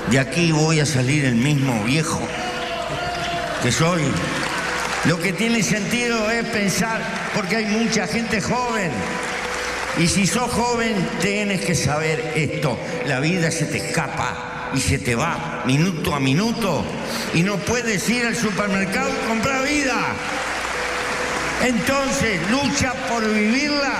De aquí voy a salir el mismo viejo que soy. Lo que tiene sentido es pensar, porque hay mucha gente joven. Y si sos joven, tienes que saber esto. La vida se te escapa y se te va minuto a minuto. Y no puedes ir al supermercado y comprar vida. Entonces, lucha por vivirla,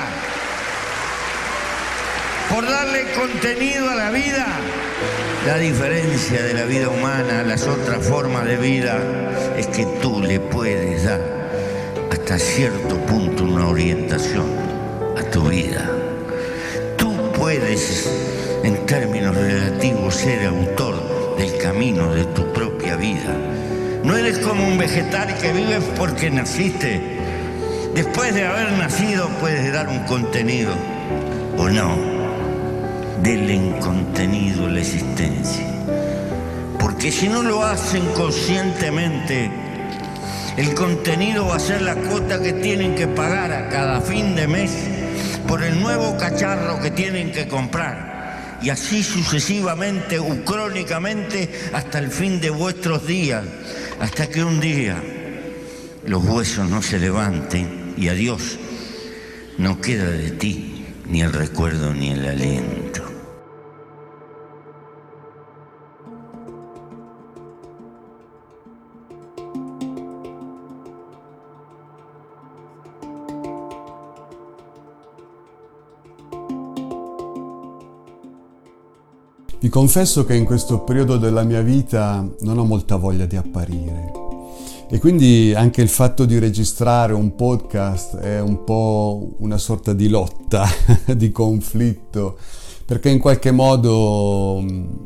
por darle contenido a la vida. La diferencia de la vida humana a las otras formas de vida es que tú le puedes dar hasta cierto punto una orientación a tu vida. Tú puedes, en términos relativos, ser autor del camino de tu propia vida. No eres como un vegetal que vive porque naciste. Después de haber nacido puedes dar un contenido o no. Denle contenido a la existencia. Porque si no lo hacen conscientemente, el contenido va a ser la cuota que tienen que pagar a cada fin de mes por el nuevo cacharro que tienen que comprar. Y así sucesivamente, crónicamente, hasta el fin de vuestros días. Hasta que un día los huesos no se levanten y adiós, no queda de ti ni el recuerdo ni el aliento. Vi confesso che in questo periodo della mia vita non ho molta voglia di apparire e quindi anche il fatto di registrare un podcast è un po' una sorta di lotta, di conflitto, perché in qualche modo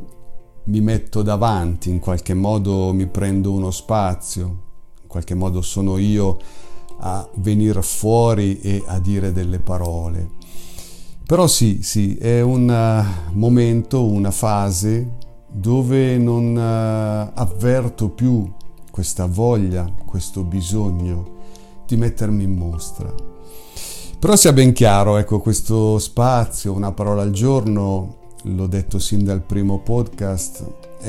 mi metto davanti, in qualche modo mi prendo uno spazio, in qualche modo sono io a venire fuori e a dire delle parole. Però sì, è un momento, una fase dove non avverto più questa voglia, questo bisogno di mettermi in mostra. Però sia ben chiaro, ecco, questo spazio, una parola al giorno, l'ho detto sin dal primo podcast,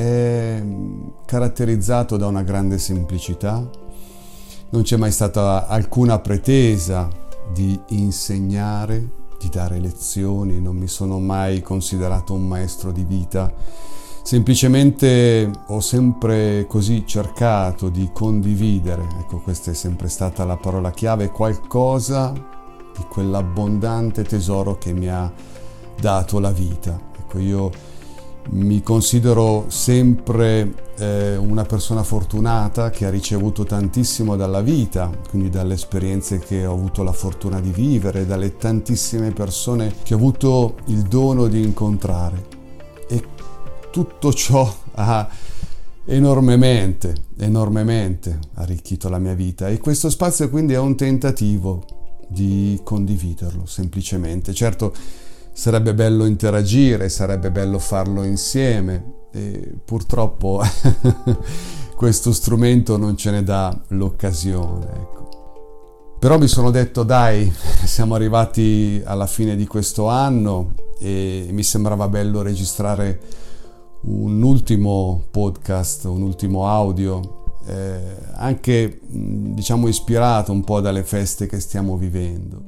è caratterizzato da una grande semplicità. Non c'è mai stata alcuna pretesa di insegnare, di dare lezioni, non mi sono mai considerato un maestro di vita, semplicemente ho sempre così cercato di condividere, ecco, questa è sempre stata la parola chiave, qualcosa di quell'abbondante tesoro che mi ha dato la vita. Ecco, io mi considero sempre una persona fortunata che ha ricevuto tantissimo dalla vita, quindi dalle esperienze che ho avuto la fortuna di vivere, dalle tantissime persone che ho avuto il dono di incontrare. E tutto ciò ha enormemente arricchito la mia vita e questo spazio quindi è un tentativo di condividerlo semplicemente. Certo, sarebbe bello interagire, sarebbe bello farlo insieme e purtroppo questo strumento non ce ne dà l'occasione, ecco. Però mi sono detto dai, siamo arrivati alla fine di questo anno e mi sembrava bello registrare un ultimo podcast, un ultimo audio, anche diciamo ispirato un po' dalle feste che stiamo vivendo.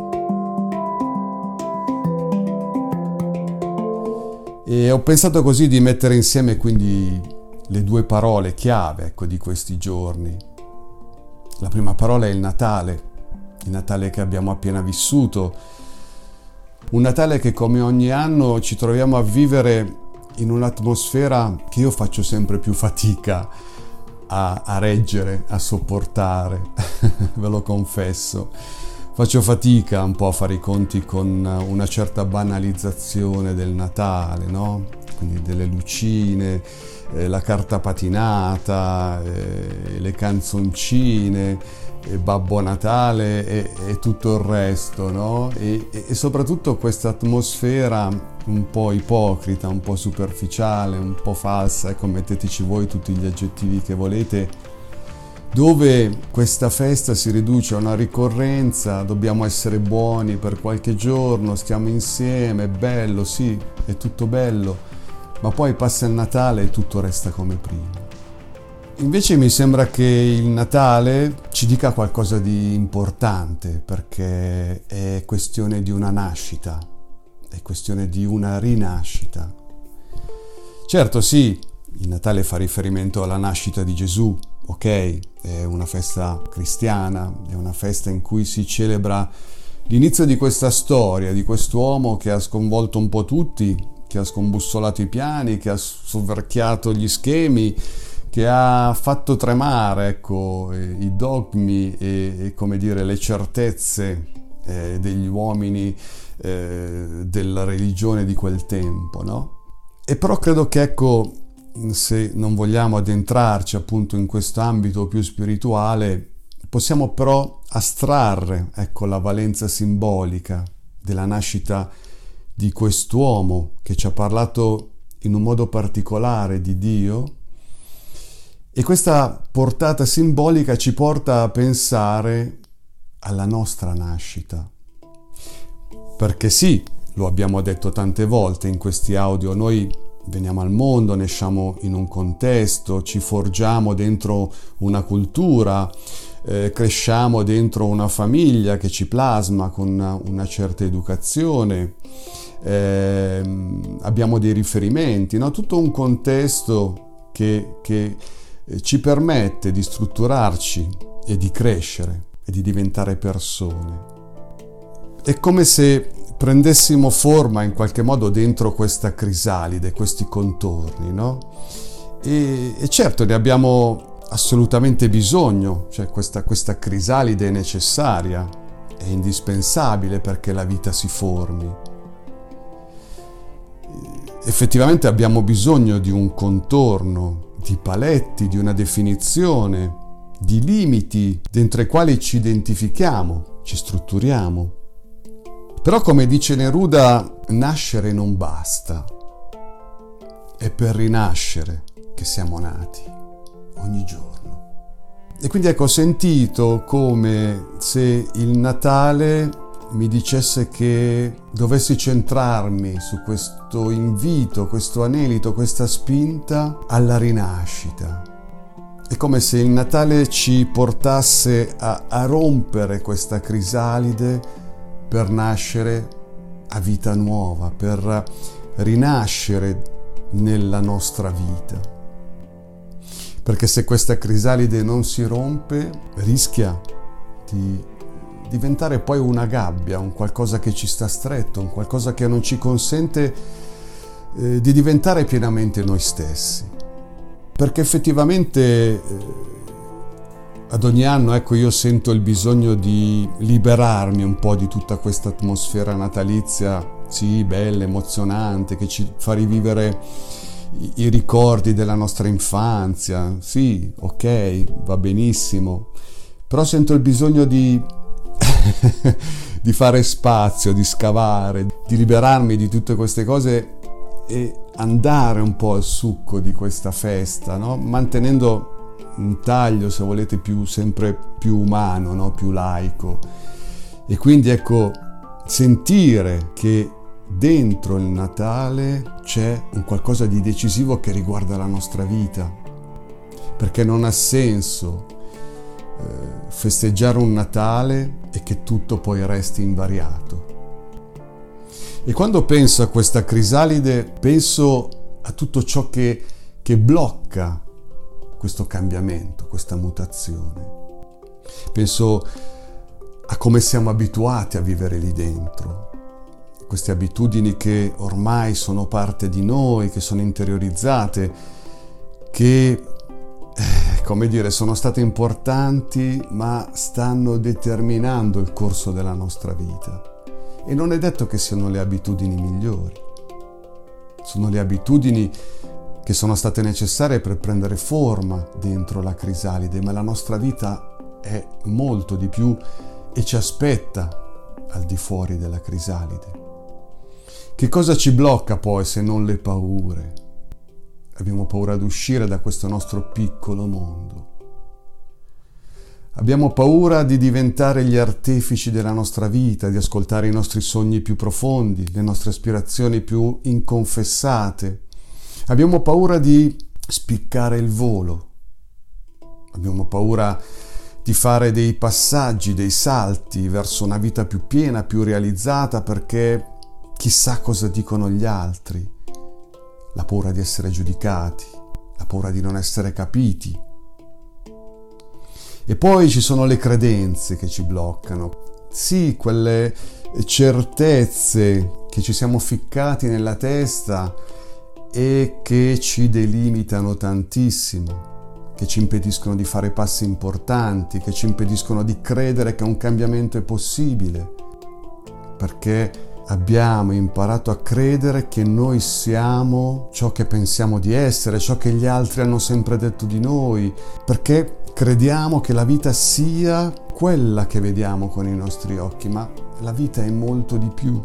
E ho pensato così di mettere insieme quindi le due parole chiave, ecco, di questi giorni. La prima parola è il Natale che abbiamo appena vissuto, un Natale che come ogni anno ci troviamo a vivere in un'atmosfera che io faccio sempre più fatica a reggere, a sopportare, ve lo confesso. Faccio fatica un po' a fare i conti con una certa banalizzazione del Natale, no? Quindi delle lucine, la carta patinata, le canzoncine, Babbo Natale e tutto il resto, no? E soprattutto questa atmosfera un po' ipocrita, un po' superficiale, un po' falsa, ecco, metteteci voi tutti gli aggettivi che volete, dove questa festa si riduce a una ricorrenza, dobbiamo essere buoni per qualche giorno, stiamo insieme, è bello, sì, è tutto bello, ma poi passa il Natale e tutto resta come prima. Invece mi sembra che il Natale ci dica qualcosa di importante, perché è questione di una nascita, è questione di una rinascita. Certo, sì, il Natale fa riferimento alla nascita di Gesù, ok? È una festa cristiana, è una festa in cui si celebra l'inizio di questa storia, di quest'uomo che ha sconvolto un po' tutti, che ha scombussolato i piani, che ha soverchiato gli schemi, che ha fatto tremare, ecco, i dogmi e come dire, le certezze degli uomini della religione di quel tempo, no? E però credo che, ecco, se non vogliamo addentrarci appunto in questo ambito più spirituale, possiamo però astrarre, ecco, la valenza simbolica della nascita di quest'uomo che ci ha parlato in un modo particolare di Dio. E questa portata simbolica ci porta a pensare alla nostra nascita. Perché sì, lo abbiamo detto tante volte in questi audio, noi veniamo al mondo, nasciamo in un contesto, ci forgiamo dentro una cultura, cresciamo dentro una famiglia che ci plasma con una certa educazione, abbiamo dei riferimenti, no? Tutto un contesto che ci permette di strutturarci e di crescere e di diventare persone. È come se prendessimo forma in qualche modo dentro questa crisalide, questi contorni, no? E certo ne abbiamo assolutamente bisogno, cioè questa crisalide è necessaria, è indispensabile perché la vita si formi. Effettivamente abbiamo bisogno di un contorno, di paletti, di una definizione, di limiti dentro i quali ci identifichiamo, ci strutturiamo. Però, come dice Neruda, nascere non basta. È per rinascere che siamo nati, ogni giorno. E quindi ecco, ho sentito come se il Natale mi dicesse che dovessi centrarmi su questo invito, questo anelito, questa spinta alla rinascita. È come se il Natale ci portasse a rompere questa crisalide per nascere a vita nuova, per rinascere nella nostra vita. Perché se questa crisalide non si rompe, rischia di diventare poi una gabbia, un qualcosa che ci sta stretto, un qualcosa che non ci consente di diventare pienamente noi stessi. Perché effettivamente ad ogni anno, ecco, io sento il bisogno di liberarmi un po' di tutta questa atmosfera natalizia, sì, bella, emozionante, che ci fa rivivere i ricordi della nostra infanzia. Sì, ok, va benissimo, però sento il bisogno di fare spazio, di scavare, di liberarmi di tutte queste cose e andare un po' al succo di questa festa, no? Mantenendo un taglio, se volete, sempre più umano, no? Più laico. E quindi ecco, sentire che dentro il Natale c'è un qualcosa di decisivo che riguarda la nostra vita, perché non ha senso festeggiare un Natale e che tutto poi resti invariato. E quando penso a questa crisalide, penso a tutto ciò che blocca questo cambiamento, questa mutazione. Penso a come siamo abituati a vivere lì dentro, queste abitudini che ormai sono parte di noi, che sono interiorizzate, che come dire, sono state importanti, ma stanno determinando il corso della nostra vita. E non è detto che siano le abitudini migliori. Sono le abitudini che sono state necessarie per prendere forma dentro la crisalide, ma la nostra vita è molto di più e ci aspetta al di fuori della crisalide. Che cosa ci blocca poi se non le paure? Abbiamo paura di uscire da questo nostro piccolo mondo. Abbiamo paura di diventare gli artefici della nostra vita, di ascoltare i nostri sogni più profondi, le nostre aspirazioni più inconfessate. Abbiamo paura di spiccare il volo, abbiamo paura di fare dei passaggi, dei salti verso una vita più piena, più realizzata, perché chissà cosa dicono gli altri, la paura di essere giudicati, la paura di non essere capiti. E poi ci sono le credenze che ci bloccano, sì, quelle certezze che ci siamo ficcati nella testa e che ci delimitano tantissimo, che ci impediscono di fare passi importanti, che ci impediscono di credere che un cambiamento è possibile, perché abbiamo imparato a credere che noi siamo ciò che pensiamo di essere, ciò che gli altri hanno sempre detto di noi, perché crediamo che la vita sia quella che vediamo con i nostri occhi, ma la vita è molto di più.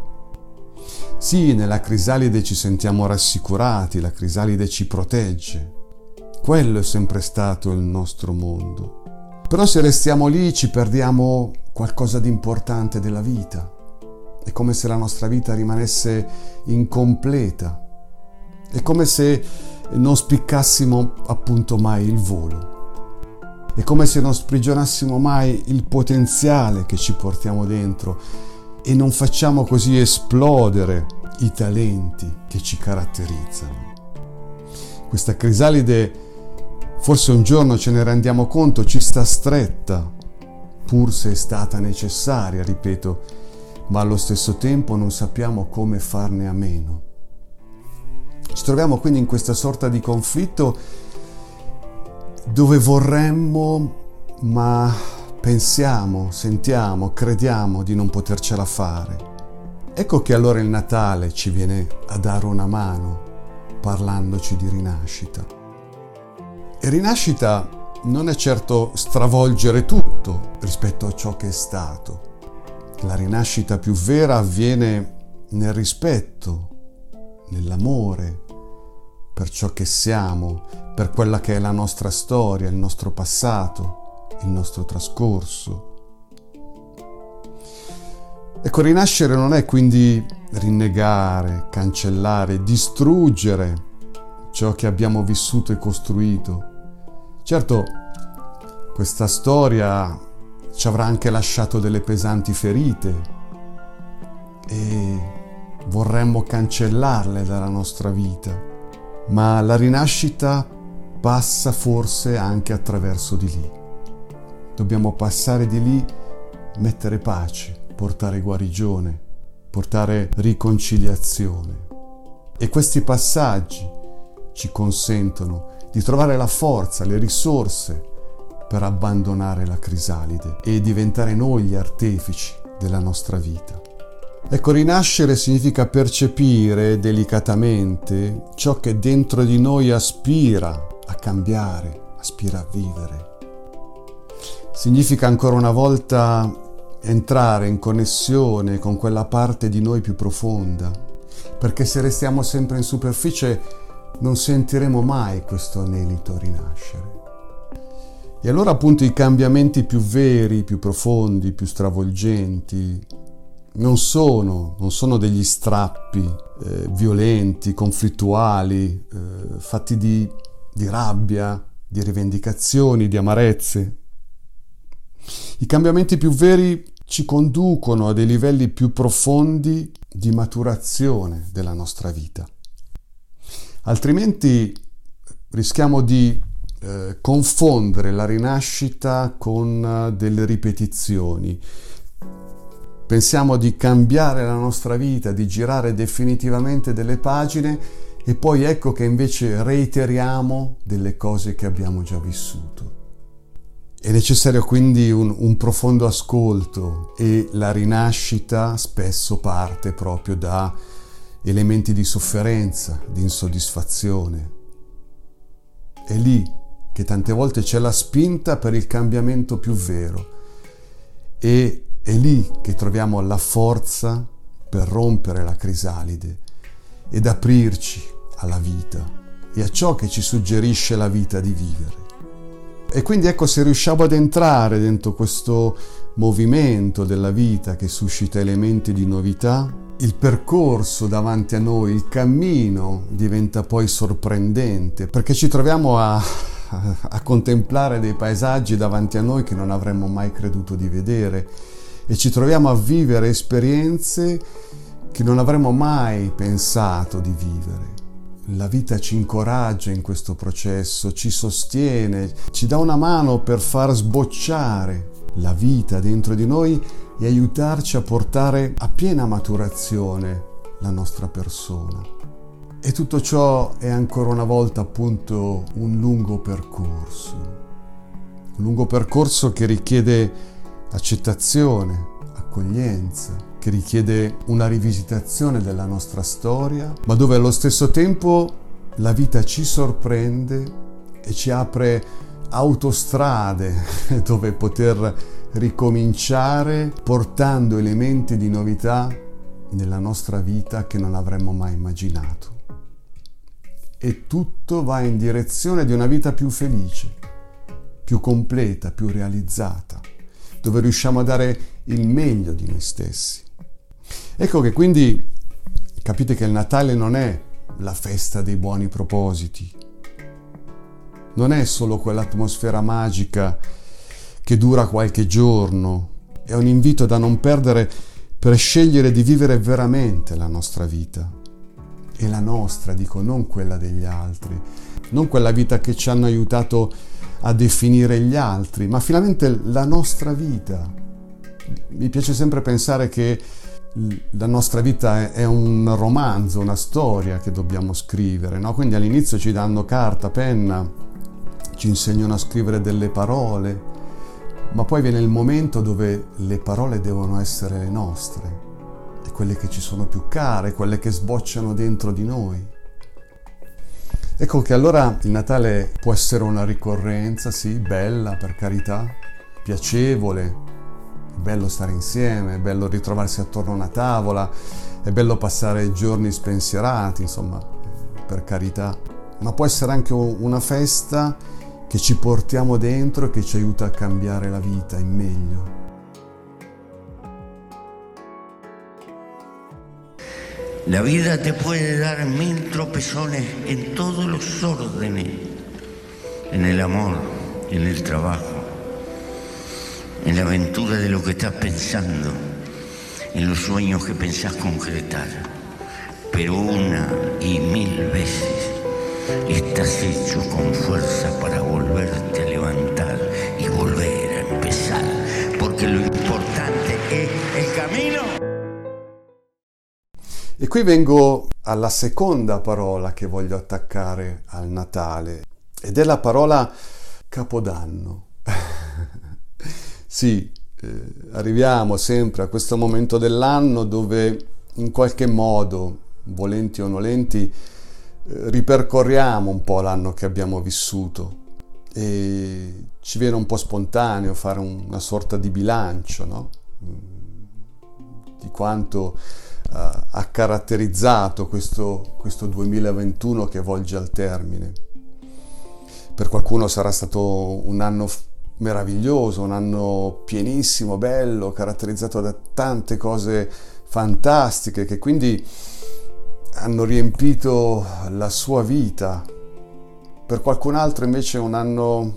Sì, nella crisalide ci sentiamo rassicurati, la crisalide ci protegge. Quello è sempre stato il nostro mondo. Però se restiamo lì ci perdiamo qualcosa di importante della vita. È come se la nostra vita rimanesse incompleta. È come se non spiccassimo appunto mai il volo. È come se non sprigionassimo mai il potenziale che ci portiamo dentro e non facciamo così esplodere i talenti che ci caratterizzano. Questa crisalide, forse un giorno ce ne rendiamo conto, ci sta stretta, pur se è stata necessaria, ripeto, ma allo stesso tempo non sappiamo come farne a meno. Ci troviamo quindi in questa sorta di conflitto dove vorremmo, ma pensiamo, sentiamo, crediamo di non potercela fare. Ecco che allora il Natale ci viene a dare una mano, parlandoci di rinascita. E rinascita non è certo stravolgere tutto rispetto a ciò che è stato. La rinascita più vera avviene nel rispetto, nell'amore per ciò che siamo, per quella che è la nostra storia, il nostro passato, il nostro trascorso. Ecco, rinascere non è quindi rinnegare, cancellare, distruggere ciò che abbiamo vissuto e costruito. Certo, questa storia ci avrà anche lasciato delle pesanti ferite e vorremmo cancellarle dalla nostra vita, ma la rinascita passa forse anche attraverso di lì. Dobbiamo passare di lì, mettere pace, portare guarigione, portare riconciliazione. E questi passaggi ci consentono di trovare la forza, le risorse per abbandonare la crisalide e diventare noi gli artefici della nostra vita. Ecco, rinascere significa percepire delicatamente ciò che dentro di noi aspira a cambiare, aspira a vivere. Significa ancora una volta entrare in connessione con quella parte di noi più profonda, perché se restiamo sempre in superficie non sentiremo mai questo anelito rinascere. E allora appunto i cambiamenti più veri, più profondi, più stravolgenti non sono degli strappi violenti, conflittuali, fatti di rabbia, di rivendicazioni, di amarezze. I cambiamenti più veri ci conducono a dei livelli più profondi di maturazione della nostra vita. Altrimenti rischiamo di confondere la rinascita con delle ripetizioni. Pensiamo di cambiare la nostra vita, di girare definitivamente delle pagine e poi ecco che invece reiteriamo delle cose che abbiamo già vissuto. È necessario quindi un profondo ascolto e la rinascita spesso parte proprio da elementi di sofferenza, di insoddisfazione. È lì che tante volte c'è la spinta per il cambiamento più vero e è lì che troviamo la forza per rompere la crisalide ed aprirci alla vita e a ciò che ci suggerisce la vita di vivere. E quindi ecco, se riusciamo ad entrare dentro questo movimento della vita che suscita elementi di novità, il percorso davanti a noi, il cammino diventa poi sorprendente, perché ci troviamo a contemplare dei paesaggi davanti a noi che non avremmo mai creduto di vedere e ci troviamo a vivere esperienze che non avremmo mai pensato di vivere. La vita ci incoraggia in questo processo, ci sostiene, ci dà una mano per far sbocciare la vita dentro di noi e aiutarci a portare a piena maturazione la nostra persona. E tutto ciò è ancora una volta appunto un lungo percorso che richiede accettazione, accoglienza, che richiede una rivisitazione della nostra storia, ma dove allo stesso tempo la vita ci sorprende e ci apre autostrade dove poter ricominciare portando elementi di novità nella nostra vita che non avremmo mai immaginato. E tutto va in direzione di una vita più felice, più completa, più realizzata, dove riusciamo a dare il meglio di noi stessi. Ecco che quindi capite che il Natale non è la festa dei buoni propositi, non è solo quell'atmosfera magica che dura qualche giorno, è un invito da non perdere per scegliere di vivere veramente la nostra vita. E la nostra, dico, non quella degli altri, non quella vita che ci hanno aiutato a definire gli altri, ma finalmente la nostra vita. Mi piace sempre pensare che la nostra vita è un romanzo, una storia che dobbiamo scrivere, no? Quindi all'inizio ci danno carta, penna, ci insegnano a scrivere delle parole, ma poi viene il momento dove le parole devono essere le nostre, e quelle che ci sono più care, quelle che sbocciano dentro di noi. Ecco che allora il Natale può essere una ricorrenza, sì, bella, per carità, piacevole, è bello stare insieme, è bello ritrovarsi attorno a una tavola, è bello passare giorni spensierati, insomma, per carità, ma può essere anche una festa che ci portiamo dentro e che ci aiuta a cambiare la vita in meglio. La vida te puede dar 1000 tropezones en todos los órdenes, en el amor, en el trabajo, en la aventura de lo que estás pensando, en los sueños que pensás concretar. Pero 1 y 1000 veces estás hecho con fuerza para volverte a levantar y volver a empezar, porque lo importante es el camino. E qui vengo alla seconda parola che voglio attaccare al Natale, ed è la parola Capodanno. Sì, arriviamo sempre a questo momento dell'anno dove in qualche modo, volenti o nolenti, ripercorriamo un po' l'anno che abbiamo vissuto e ci viene un po' spontaneo fare una sorta di bilancio, no? Di quanto ha caratterizzato questo 2021 che volge al termine. Per qualcuno sarà stato un anno meraviglioso, un anno pienissimo, bello, caratterizzato da tante cose fantastiche che quindi hanno riempito la sua vita. Per qualcun altro invece è un anno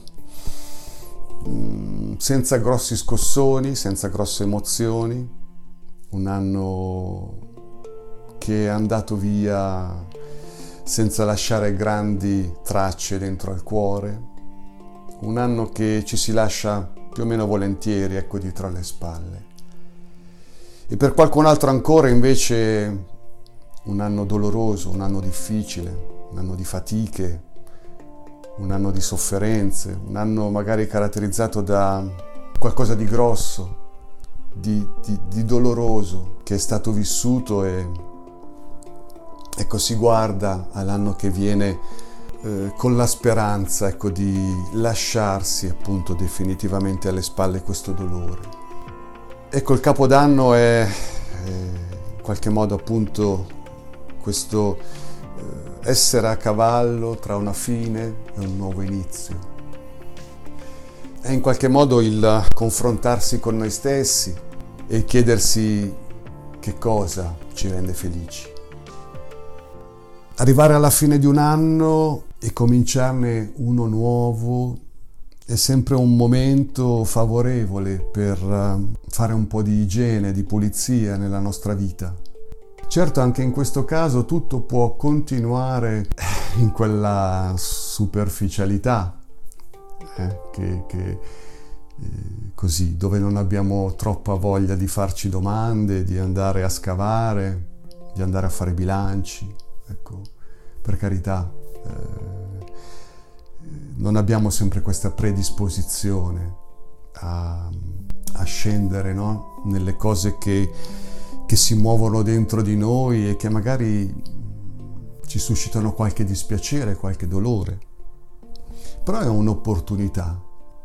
senza grossi scossoni, senza grosse emozioni, un anno che è andato via senza lasciare grandi tracce dentro al cuore, un anno che ci si lascia più o meno volentieri, ecco, dietro alle spalle. E per qualcun altro ancora invece un anno doloroso, un anno difficile, un anno di fatiche, un anno di sofferenze, un anno magari caratterizzato da qualcosa di grosso, di doloroso che è stato vissuto, e ecco, si guarda all'anno che viene con la speranza, ecco, di lasciarsi appunto definitivamente alle spalle questo dolore. Ecco, il Capodanno è in qualche modo appunto questo essere a cavallo tra una fine e un nuovo inizio. è in qualche modo il confrontarsi con noi stessi e chiedersi che cosa ci rende felici. Arrivare alla fine di un anno e cominciarne uno nuovo è sempre un momento favorevole per fare un po' di igiene, di pulizia nella nostra vita. Certo, anche in questo caso tutto può continuare in quella superficialità, così, dove non abbiamo troppa voglia di farci domande, di andare a scavare, di andare a fare bilanci. Ecco, per carità, non abbiamo sempre questa predisposizione a scendere, no? Nelle cose che si muovono dentro di noi e che magari ci suscitano qualche dispiacere, qualche dolore. Però è un'opportunità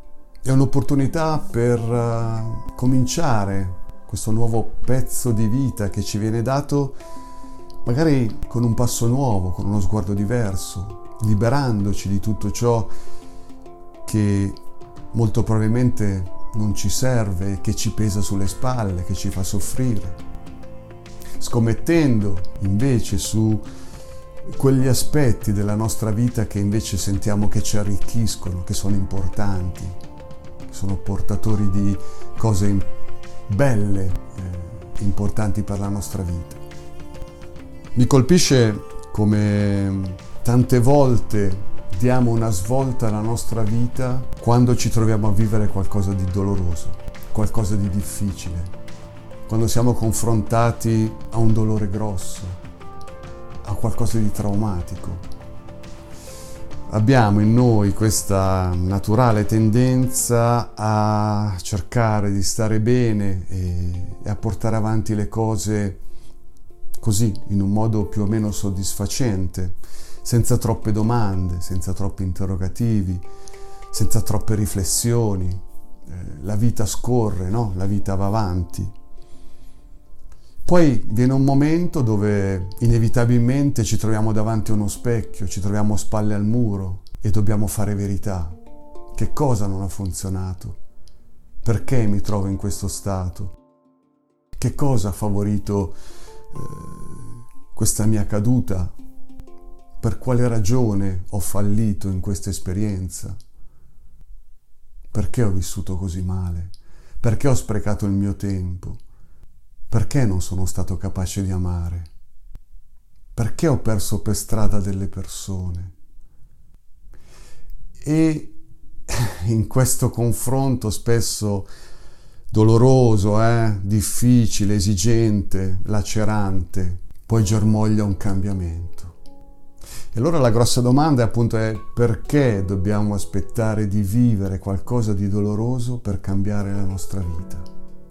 per cominciare questo nuovo pezzo di vita che ci viene dato, magari con un passo nuovo, con uno sguardo diverso, liberandoci di tutto ciò che molto probabilmente non ci serve, che ci pesa sulle spalle, che ci fa soffrire, scommettendo invece su quegli aspetti della nostra vita che invece sentiamo che ci arricchiscono, che sono importanti, sono portatori di cose belle, importanti per la nostra vita. Mi colpisce come tante volte diamo una svolta alla nostra vita quando ci troviamo a vivere qualcosa di doloroso, qualcosa di difficile, quando siamo confrontati a un dolore grosso, a qualcosa di traumatico. Abbiamo in noi questa naturale tendenza a cercare di stare bene e a portare avanti le cose così, in un modo più o meno soddisfacente, senza troppe domande, senza troppi interrogativi, senza troppe riflessioni. La vita scorre, no? La vita va avanti. Poi viene un momento dove inevitabilmente ci troviamo davanti a uno specchio, ci troviamo spalle al muro e dobbiamo fare verità. Che cosa non ha funzionato? Perché mi trovo in questo stato? Che cosa ha favorito questa mia caduta? Per quale ragione ho fallito in questa esperienza? Perché ho vissuto così male? Perché ho sprecato il mio tempo? Perché non sono stato capace di amare? Perché ho perso per strada delle persone? E in questo confronto spesso doloroso, difficile, esigente, lacerante, poi germoglia un cambiamento. E allora la grossa domanda appunto è: perché dobbiamo aspettare di vivere qualcosa di doloroso per cambiare la nostra vita?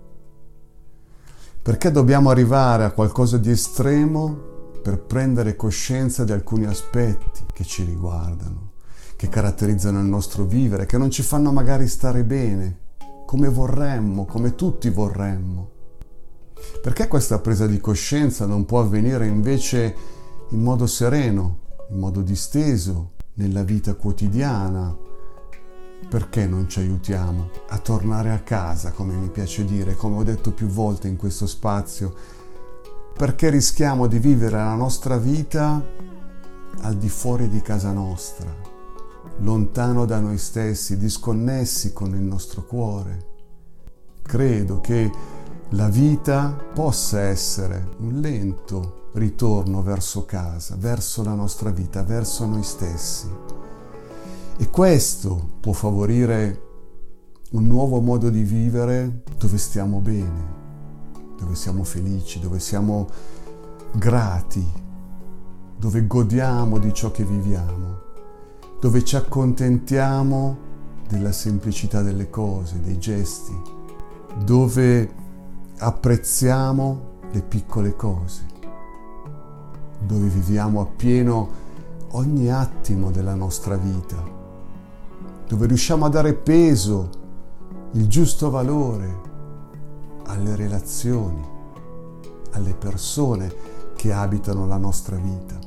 Perché dobbiamo arrivare a qualcosa di estremo per prendere coscienza di alcuni aspetti che ci riguardano, che caratterizzano il nostro vivere, che non ci fanno magari stare bene, come vorremmo, come tutti vorremmo? Perché questa presa di coscienza non può avvenire invece in modo sereno, in modo disteso, nella vita quotidiana? Perché non ci aiutiamo a tornare a casa, come mi piace dire, come ho detto più volte in questo spazio? Perché rischiamo di vivere la nostra vita al di fuori di casa nostra, lontano da noi stessi, disconnessi con il nostro cuore? Credo che la vita possa essere un lento ritorno verso casa, verso la nostra vita, verso noi stessi. E questo può favorire un nuovo modo di vivere dove stiamo bene, dove siamo felici, dove siamo grati, dove godiamo di ciò che viviamo, dove ci accontentiamo della semplicità delle cose, dei gesti, dove apprezziamo le piccole cose, dove viviamo appieno ogni attimo della nostra vita, dove riusciamo a dare peso, il giusto valore alle relazioni, alle persone che abitano la nostra vita.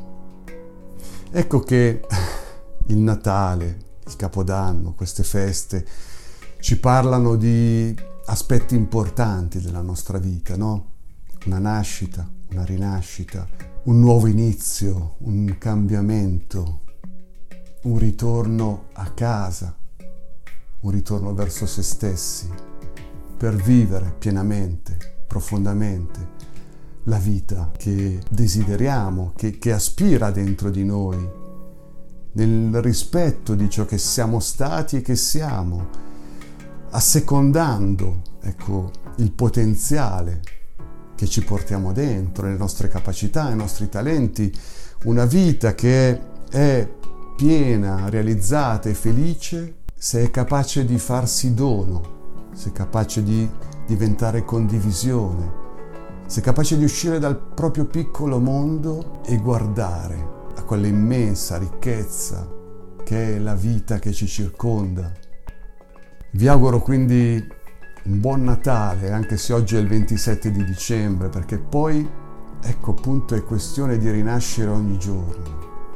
Ecco che il Natale, il Capodanno, queste feste ci parlano di aspetti importanti della nostra vita, no? Una nascita, una rinascita, un nuovo inizio, un cambiamento, un ritorno a casa, un ritorno verso se stessi, per vivere pienamente, profondamente la vita che desideriamo, che aspira dentro di noi, nel rispetto di ciò che siamo stati e che siamo, assecondando, il potenziale che ci portiamo dentro, le nostre capacità, i nostri talenti, una vita che è piena, realizzata e felice se è capace di farsi dono, se è capace di diventare condivisione, se è capace di uscire dal proprio piccolo mondo e guardare a quella immensa ricchezza che è la vita che ci circonda. Vi auguro quindi un buon Natale, anche se oggi è il 27 di dicembre, perché poi, appunto, è questione di rinascere ogni giorno.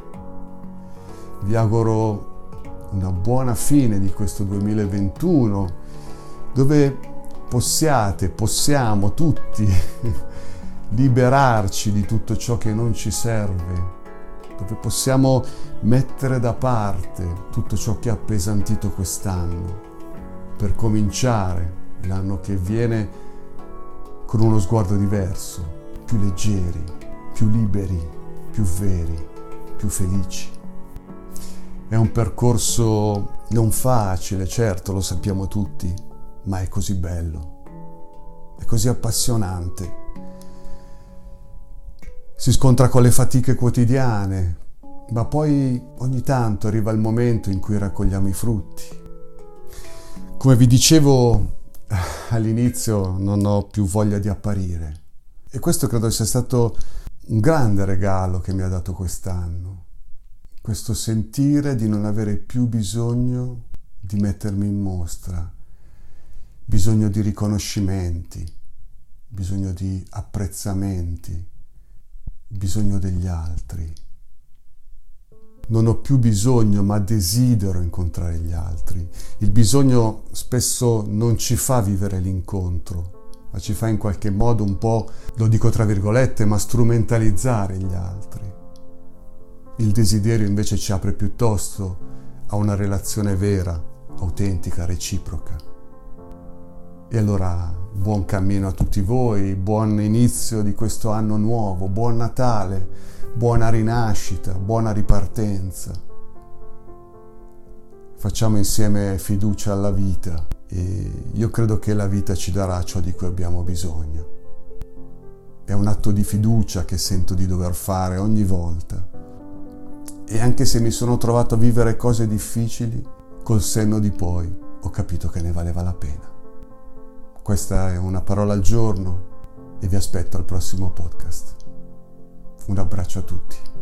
Vi auguro una buona fine di questo 2021, dove possiamo tutti liberarci di tutto ciò che non ci serve, dove possiamo mettere da parte tutto ciò che ha appesantito quest'anno, per cominciare l'anno che viene con uno sguardo diverso, più leggeri, più liberi, più veri, più felici. È un percorso non facile, certo, lo sappiamo tutti, ma è così bello, è così appassionante. Si scontra con le fatiche quotidiane, ma poi ogni tanto arriva il momento in cui raccogliamo i frutti. Come vi dicevo all'inizio, non ho più voglia di apparire, e questo credo sia stato un grande regalo che mi ha dato quest'anno, questo sentire di non avere più bisogno di mettermi in mostra, bisogno di riconoscimenti, bisogno di apprezzamenti, bisogno degli altri. Non ho più bisogno, ma desidero incontrare gli altri. Il bisogno spesso non ci fa vivere l'incontro, ma ci fa in qualche modo un po', lo dico tra virgolette, ma strumentalizzare gli altri. Il desiderio invece ci apre piuttosto a una relazione vera, autentica, reciproca. E allora buon cammino a tutti voi, buon inizio di questo anno nuovo, buon Natale, buona rinascita, buona ripartenza. Facciamo insieme fiducia alla vita e io credo che la vita ci darà ciò di cui abbiamo bisogno. È un atto di fiducia che sento di dover fare ogni volta. E anche se mi sono trovato a vivere cose difficili, col senno di poi ho capito che ne valeva la pena. Questa è una parola al giorno e vi aspetto al prossimo podcast. Un abbraccio a tutti.